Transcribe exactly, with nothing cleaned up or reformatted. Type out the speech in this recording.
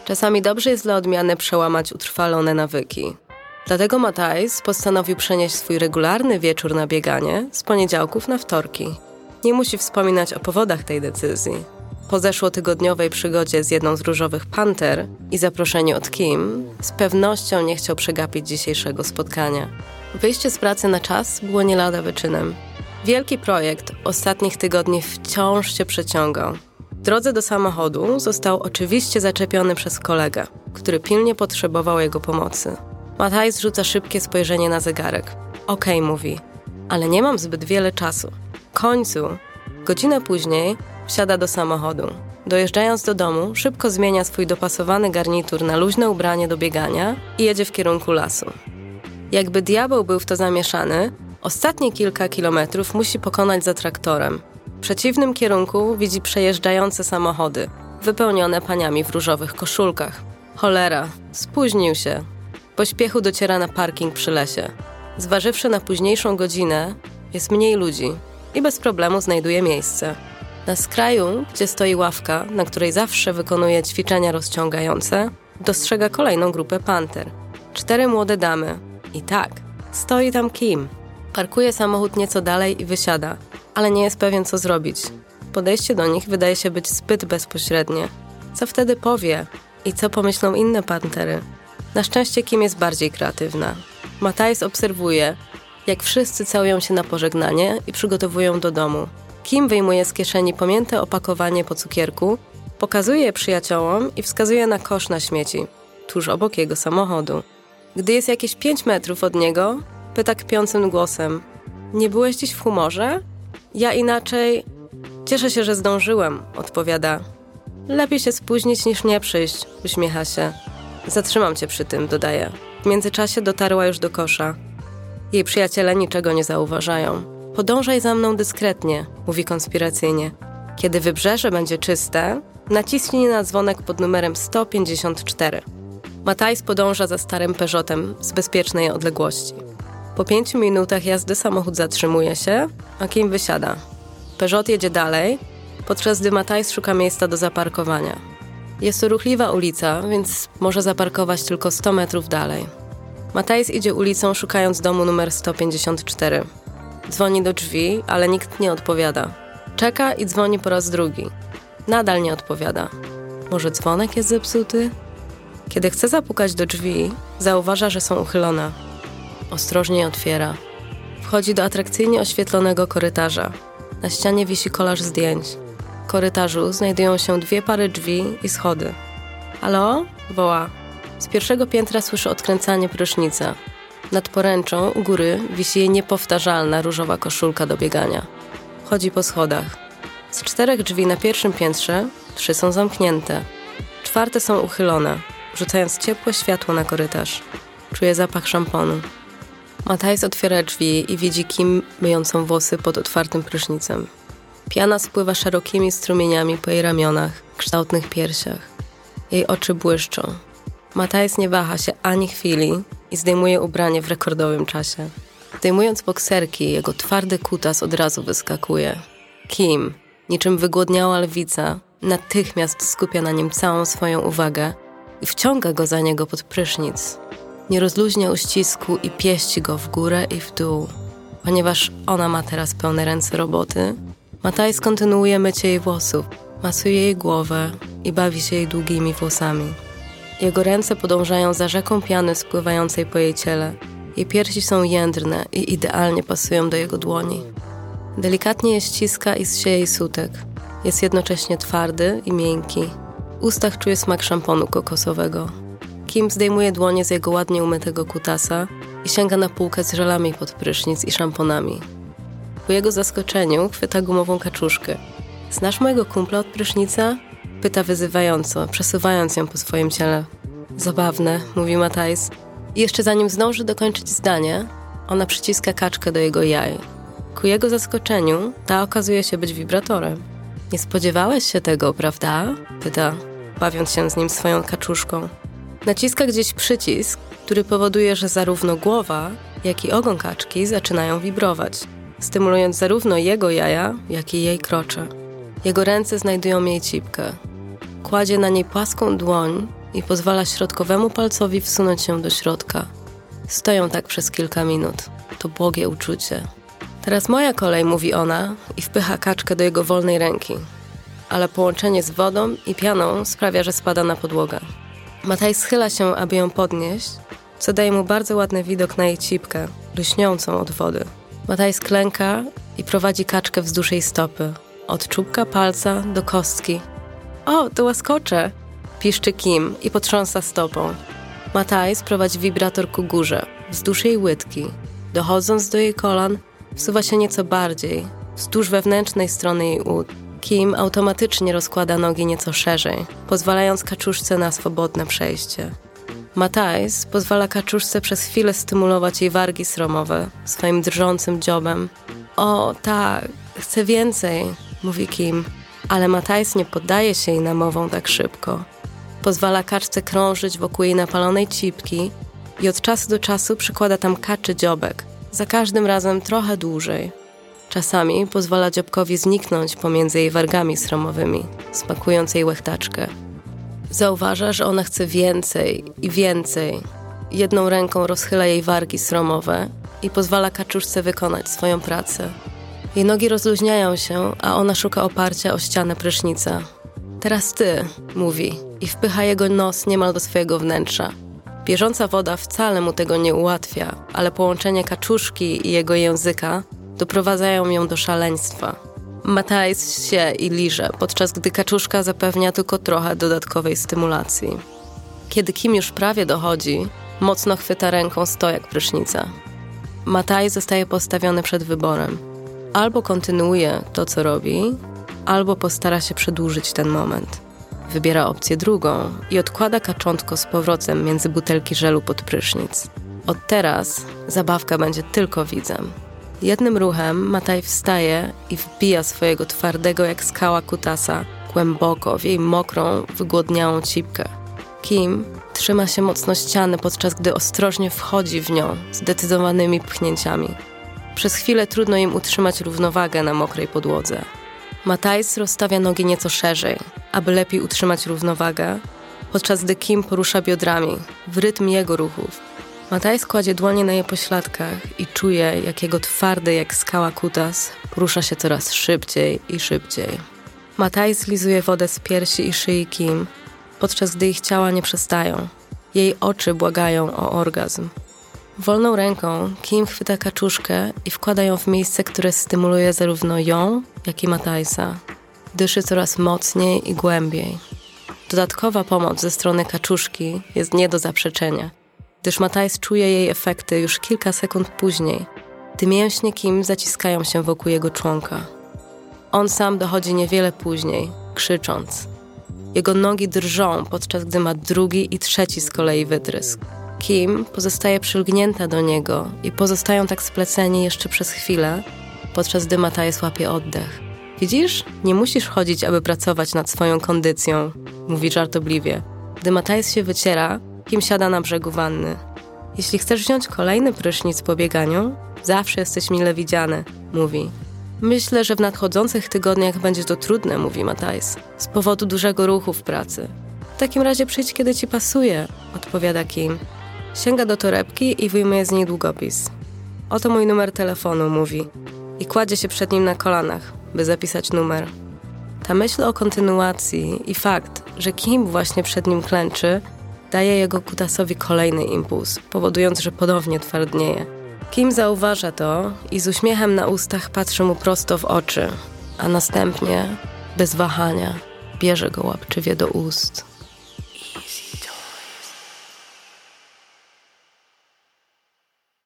Czasami dobrze jest dla odmiany przełamać utrwalone nawyki. Dlatego Matthijs postanowił przenieść swój regularny wieczór na bieganie z poniedziałków na wtorki. Nie musi wspominać o powodach tej decyzji. Po zeszłotygodniowej przygodzie z jedną z różowych panter i zaproszeniu od Kim, z pewnością nie chciał przegapić dzisiejszego spotkania. Wyjście z pracy na czas było nie lada wyczynem. Wielki projekt ostatnich tygodni wciąż się przeciągał. W drodze do samochodu został oczywiście zaczepiony przez kolegę, który pilnie potrzebował jego pomocy. Matthijs rzuca szybkie spojrzenie na zegarek. Okej, mówi, ale nie mam zbyt wiele czasu. W końcu, godzinę później, wsiada do samochodu. Dojeżdżając do domu, szybko zmienia swój dopasowany garnitur na luźne ubranie do biegania i jedzie w kierunku lasu. Jakby diabeł był w to zamieszany, ostatnie kilka kilometrów musi pokonać za traktorem. W przeciwnym kierunku widzi przejeżdżające samochody, wypełnione paniami w różowych koszulkach. Cholera, spóźnił się. W pośpiechu dociera na parking przy lesie. Zważywszy na późniejszą godzinę, jest mniej ludzi i bez problemu znajduje miejsce. Na skraju, gdzie stoi ławka, na której zawsze wykonuje ćwiczenia rozciągające, dostrzega kolejną grupę panter. Cztery młode damy. I tak, stoi tam Kim. Parkuje samochód nieco dalej i wysiada, ale nie jest pewien, co zrobić. Podejście do nich wydaje się być zbyt bezpośrednie. Co wtedy powie i co pomyślą inne pantery? Na szczęście Kim jest bardziej kreatywna. Matthijs obserwuje, jak wszyscy całują się na pożegnanie i przygotowują do domu. Kim wyjmuje z kieszeni pomięte opakowanie po cukierku, pokazuje je przyjaciołom i wskazuje na kosz na śmieci, tuż obok jego samochodu. Gdy jest jakieś pięć metrów od niego, pyta kpiącym głosem: nie byłeś dziś w humorze? Ja inaczej... Cieszę się, że zdążyłem, odpowiada. Lepiej się spóźnić niż nie przyjść, uśmiecha się. Zatrzymam cię przy tym, dodaje. W międzyczasie dotarła już do kosza. Jej przyjaciele niczego nie zauważają. Podążaj za mną dyskretnie, mówi konspiracyjnie. Kiedy wybrzeże będzie czyste, naciśnij na dzwonek pod numerem sto pięćdziesiąt cztery. Matthijs podąża za starym Peugeotem z bezpiecznej odległości. Po pięciu minutach jazdy samochód zatrzymuje się, a Kim wysiada. Peugeot jedzie dalej, podczas gdy Matthijs szuka miejsca do zaparkowania. Jest to ruchliwa ulica, więc może zaparkować tylko sto metrów dalej. Matthijs idzie ulicą, szukając domu numer sto pięćdziesiąt cztery. Dzwoni do drzwi, ale nikt nie odpowiada. Czeka i dzwoni po raz drugi. Nadal nie odpowiada. Może dzwonek jest zepsuty? Kiedy chce zapukać do drzwi, zauważa, że są uchylone. Ostrożnie je otwiera. Wchodzi do atrakcyjnie oświetlonego korytarza. Na ścianie wisi kolaż zdjęć. W korytarzu znajdują się dwie pary drzwi i schody. Halo? Woła. Z pierwszego piętra słyszy odkręcanie prysznica. Nad poręczą u góry wisi jej niepowtarzalna różowa koszulka do biegania. Chodzi po schodach. Z czterech drzwi na pierwszym piętrze trzy są zamknięte. Czwarte są uchylone, rzucając ciepłe światło na korytarz. Czuje zapach szamponu. Matthijs otwiera drzwi i widzi Kim myjącą włosy pod otwartym prysznicem. Piana spływa szerokimi strumieniami po jej ramionach, kształtnych piersiach. Jej oczy błyszczą. Matthijs nie waha się ani chwili i zdejmuje ubranie w rekordowym czasie. Zdejmując bokserki, jego twardy kutas od razu wyskakuje. Kim, niczym wygłodniała lwica, natychmiast skupia na nim całą swoją uwagę i wciąga go za niego pod prysznic. Nie rozluźnia uścisku i pieści go w górę i w dół. Ponieważ ona ma teraz pełne ręce roboty, Matthijs kontynuuje mycie jej włosów, masuje jej głowę i bawi się jej długimi włosami. Jego ręce podążają za rzeką piany spływającej po jej ciele. Jej piersi są jędrne i idealnie pasują do jego dłoni. Delikatnie je ściska i zsieje jej sutek. Jest jednocześnie twardy i miękki. W ustach czuje smak szamponu kokosowego. Kim zdejmuje dłonie z jego ładnie umytego kutasa i sięga na półkę z żelami pod prysznic i szamponami. Ku jego zaskoczeniu chwyta gumową kaczuszkę. Znasz mojego kumpla od prysznica? Pyta wyzywająco, przesuwając ją po swoim ciele. Zabawne, mówi Matthijs. I jeszcze zanim zdąży dokończyć zdanie, ona przyciska kaczkę do jego jaj. Ku jego zaskoczeniu ta okazuje się być wibratorem. Nie spodziewałeś się tego, prawda? Pyta, bawiąc się z nim swoją kaczuszką. Naciska gdzieś przycisk, który powoduje, że zarówno głowa, jak i ogon kaczki zaczynają wibrować, stymulując zarówno jego jaja, jak i jej krocze. Jego ręce znajdują jej cipkę. Kładzie na niej płaską dłoń i pozwala środkowemu palcowi wsunąć się do środka. Stoją tak przez kilka minut. To błogie uczucie. Teraz moja kolej, mówi ona i wpycha kaczkę do jego wolnej ręki. Ale połączenie z wodą i pianą sprawia, że spada na podłogę. Matthijs schyla się, aby ją podnieść, co daje mu bardzo ładny widok na jej cipkę, lśniącą od wody. Matthijs klęka i prowadzi kaczkę wzdłuż jej stopy, od czubka palca do kostki. O, to łaskocze! Piszczy Kim i potrząsa stopą. Matthijs prowadzi wibrator ku górze, wzdłuż jej łydki. Dochodząc do jej kolan, wsuwa się nieco bardziej, wzdłuż wewnętrznej strony jej ud. Kim automatycznie rozkłada nogi nieco szerzej, pozwalając kaczuszce na swobodne przejście. Matthijs pozwala kaczuszce przez chwilę stymulować jej wargi sromowe swoim drżącym dziobem. O, tak, chcę więcej, mówi Kim, ale Matthijs nie poddaje się jej namową tak szybko. Pozwala kaczce krążyć wokół jej napalonej cipki i od czasu do czasu przykłada tam kaczy dziobek, za każdym razem trochę dłużej. Czasami pozwala dziobkowi zniknąć pomiędzy jej wargami sromowymi, smakując jej łechtaczkę. Zauważa, że ona chce więcej i więcej. Jedną ręką rozchyla jej wargi sromowe i pozwala kaczuszce wykonać swoją pracę. Jej nogi rozluźniają się, a ona szuka oparcia o ścianę prysznica. Teraz ty, mówi i wpycha jego nos niemal do swojego wnętrza. Bieżąca woda wcale mu tego nie ułatwia, ale połączenie kaczuszki i jego języka doprowadzają ją do szaleństwa. Matthijs się i liże, podczas gdy kaczuszka zapewnia tylko trochę dodatkowej stymulacji. Kiedy Kim już prawie dochodzi, mocno chwyta ręką stojak prysznica. Matthijs zostaje postawiony przed wyborem. Albo kontynuuje to, co robi, albo postara się przedłużyć ten moment. Wybiera opcję drugą i odkłada kaczątko z powrotem między butelki żelu pod prysznic. Od teraz zabawka będzie tylko widzem. Jednym ruchem Matthijs wstaje i wbija swojego twardego jak skała kutasa głęboko w jej mokrą, wygłodniałą cipkę. Kim trzyma się mocno ściany, podczas gdy ostrożnie wchodzi w nią zdecydowanymi pchnięciami. Przez chwilę trudno im utrzymać równowagę na mokrej podłodze. Matthijs rozstawia nogi nieco szerzej, aby lepiej utrzymać równowagę, podczas gdy Kim porusza biodrami w rytm jego ruchów. Matthijs kładzie dłonie na jej pośladkach i czuje, jak jego twardy jak skała kutas porusza się coraz szybciej i szybciej. Matthijs lizuje wodę z piersi i szyi Kim, podczas gdy ich ciała nie przestają. Jej oczy błagają o orgazm. Wolną ręką Kim chwyta kaczuszkę i wkłada ją w miejsce, które stymuluje zarówno ją, jak i Matthijsa. Dyszy coraz mocniej i głębiej. Dodatkowa pomoc ze strony kaczuszki jest nie do zaprzeczenia, gdyż Matthijs czuje jej efekty już kilka sekund później, gdy mięśnie Kim zaciskają się wokół jego członka. On sam dochodzi niewiele później, krzycząc. Jego nogi drżą, podczas gdy ma drugi i trzeci z kolei wytrysk. Kim pozostaje przylgnięta do niego i pozostają tak spleceni jeszcze przez chwilę, podczas gdy Matthijs łapie oddech. Widzisz? Nie musisz chodzić, aby pracować nad swoją kondycją, mówi żartobliwie. Gdy Matthijs się wyciera, Kim siada na brzegu wanny. Jeśli chcesz wziąć kolejny prysznic po bieganiu, zawsze jesteś mile widziany, mówi. Myślę, że w nadchodzących tygodniach będzie to trudne, mówi Matthijs, z powodu dużego ruchu w pracy. W takim razie przyjdź, kiedy ci pasuje, odpowiada Kim. Sięga do torebki i wyjmuje z niej długopis. Oto mój numer telefonu, mówi. I kładzie się przed nim na kolanach, by zapisać numer. Ta myśl o kontynuacji i fakt, że Kim właśnie przed nim klęczy, daje jego kutasowi kolejny impuls, powodując, że ponownie twardnieje. Kim zauważa to i z uśmiechem na ustach patrzy mu prosto w oczy, a następnie, bez wahania, bierze go łapczywie do ust.